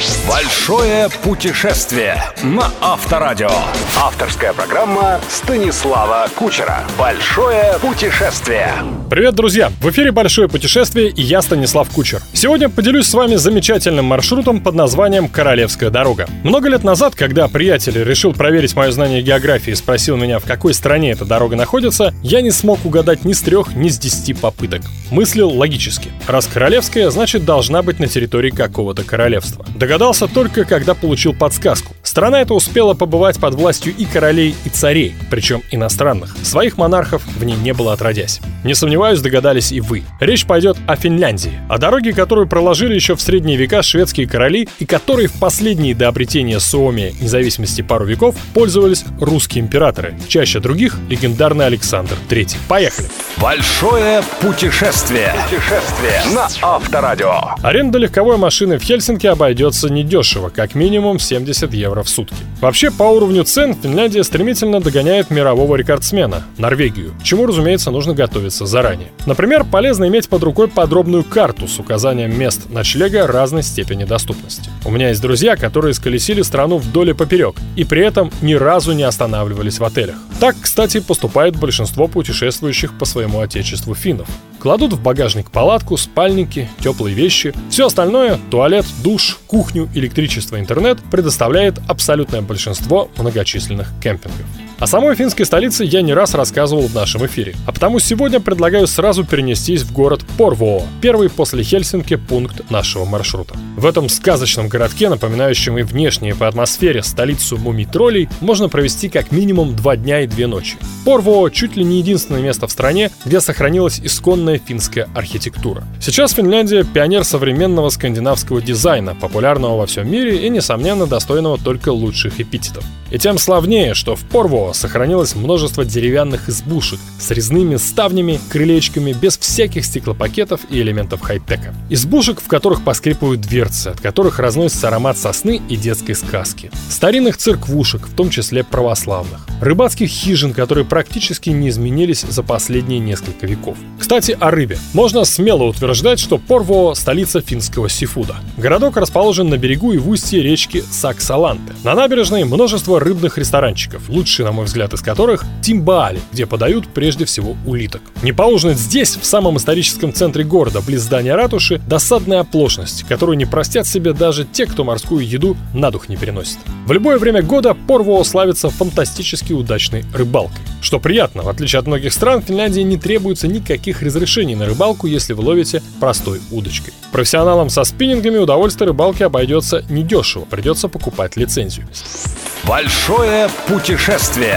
Большое путешествие на Авторадио. Авторская программа Станислава Кучера. Большое путешествие. Привет, друзья! В эфире «Большое путешествие» и я, Станислав Кучер. Сегодня поделюсь с вами замечательным маршрутом под названием «Королевская дорога». Много лет назад, когда приятель решил проверить мое знание географии и спросил меня, в какой стране эта дорога находится, я не смог угадать ни с 3, ни с 10 попыток. Мыслил логически. Раз королевская, значит, должна быть на территории какого-то королевства. Догадался только, когда получил подсказку. Страна эта успела побывать под властью и королей, и царей, причем иностранных. Своих монархов в ней не было отродясь. Не сомневаюсь, догадались и вы. Речь пойдет о Финляндии, о дороге, которую проложили еще в средние века шведские короли и которой в последние до обретения Суоми независимости пару веков пользовались русские императоры. Чаще других — легендарный Александр III. Поехали! Большое путешествие. На Авторадио. Аренда легковой машины в Хельсинки обойдется недешево, как минимум 70 евро в сутки. Вообще, по уровню цен Финляндия стремительно догоняет мирового рекордсмена — Норвегию, к чему, разумеется, нужно готовиться заранее. Например, полезно иметь под рукой подробную карту с указанием мест ночлега разной степени доступности. У меня есть друзья, которые сколесили страну вдоль и поперек, и при этом ни разу не останавливались в отелях. Так, кстати, поступает большинство путешествующих по своему отечеству финнов. Кладут в багажник палатку, спальники, теплые вещи. Все остальное — туалет, душ, кухню, электричество, интернет — предоставляет абсолютное большинство многочисленных кемпингов. О самой финской столице я не раз рассказывал в нашем эфире, а потому сегодня предлагаю сразу перенестись в город Порвоо, первый после Хельсинки пункт нашего маршрута. В этом сказочном городке, напоминающем и внешне, и по атмосфере столицу мумий-троллей, можно провести как минимум 2 дня и 2 ночи. Порвоо чуть ли не единственное место в стране, где сохранилась исконная финская архитектура. Сейчас Финляндия — пионер современного скандинавского дизайна, популярного во всем мире и, несомненно, достойного только лучших эпитетов. И тем славнее, что в Порвоо сохранилось множество деревянных избушек с резными ставнями, крылечками, без всяких стеклопакетов и элементов хай-тека. Избушек, в которых поскрипывают дверцы, от которых разносится аромат сосны и детской сказки. Старинных церквушек, в том числе православных. Рыбацких хижин, которые практически не изменились за последние несколько веков. Кстати, о рыбе. Можно смело утверждать, что Порвоо — столица финского сифуда. Городок расположен на берегу и в устье речки Саксаланте. На набережной множество рыбных ресторанчиков, лучшие, на мой взгляд, из которых Тимбаали, где подают прежде всего улиток. Не поужинать здесь, в самом историческом центре города, близ здания ратуши, досадная оплошность, которую не простят себе даже те, кто морскую еду на дух не переносит. В любое время года Порвоо славится фантастически удачной рыбалкой. Что приятно, в отличие от многих стран, в Финляндии не требуется никаких разрешений на рыбалку, если вы ловите простой удочкой. Профессионалам со спиннингами удовольствие рыбалки обойдется недешево, придется покупать лицензию. Большое путешествие.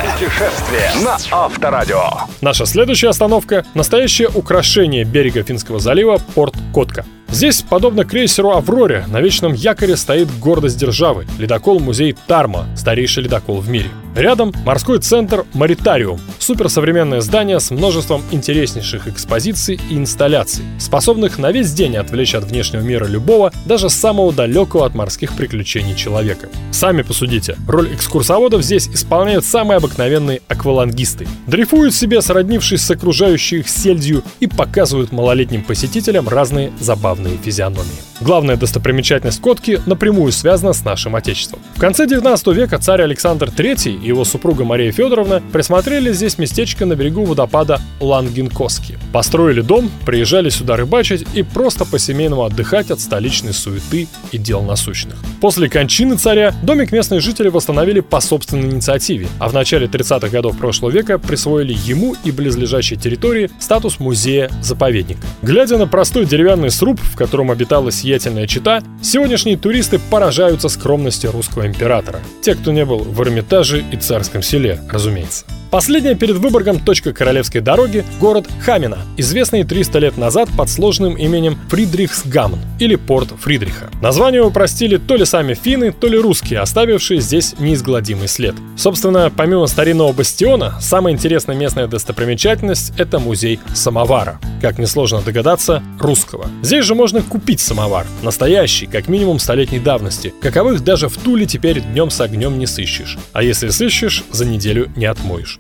На Авторадио. Наша следующая остановка — настоящее украшение берега Финского залива — порт Котка. Здесь, подобно крейсеру «Авроре», на вечном якоре стоит гордость державы — ледокол-музей Тарма, старейший ледокол в мире. Рядом морской центр «Маритариум» — суперсовременное здание с множеством интереснейших экспозиций и инсталляций, способных на весь день отвлечь от внешнего мира любого, даже самого далекого от морских приключений человека. Сами посудите, роль экскурсоводов здесь исполняют самые обыкновенные аквалангисты. Дрейфуют себе, сроднившись с окружающей их сельдью, и показывают малолетним посетителям разные забавные физиономии. Главная достопримечательность Котки напрямую связана с нашим отечеством. В конце 19 века царь Александр III и его супруга Мария Федоровна присмотрели здесь местечко на берегу водопада Лангинкоски. Построили дом, приезжали сюда рыбачить и просто по-семейному отдыхать от столичной суеты и дел насущных. После кончины царя домик местные жители восстановили по собственной инициативе, а в начале 30-х годов прошлого века присвоили ему и близлежащей территории статус музея-заповедника. Глядя на простой деревянный сруб, в котором обитала сиятельная чета, сегодняшние туристы поражаются скромности русского императора. Те, кто не был в Эрмитаже и Царском селе, разумеется. Последняя перед Выборгом точка Королевской дороги — город Хамина, известный 300 лет назад под сложным именем Фридрихсгамн или порт Фридриха. Название упростили то ли сами финны, то ли русские, оставившие здесь неизгладимый след. Собственно, помимо старинного бастиона, самая интересная местная достопримечательность — это музей самовара. Как несложно догадаться, русского. Здесь же можно купить самовар. Настоящий, как минимум столетней давности. Каковых даже в Туле теперь днем с огнем не сыщешь. А если сыщешь, за неделю не отмоешь.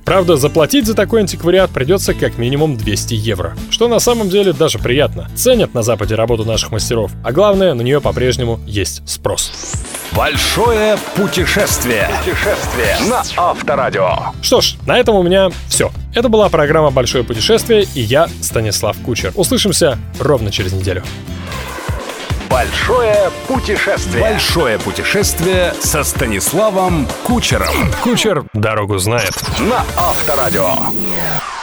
Правда, заплатить за такой антиквариат придется как минимум 200 евро, что на самом деле даже приятно. Ценят на Западе работу наших мастеров, а главное, на нее по-прежнему есть спрос. Большое путешествие. Путешествие на Авторадио. Что ж, на этом у меня все. Это была программа «Большое путешествие», и я, Станислав Кучер. Услышимся ровно через неделю. Большое путешествие. Большое путешествие со Станиславом Кучером. Кучер дорогу знает. На Авторадио.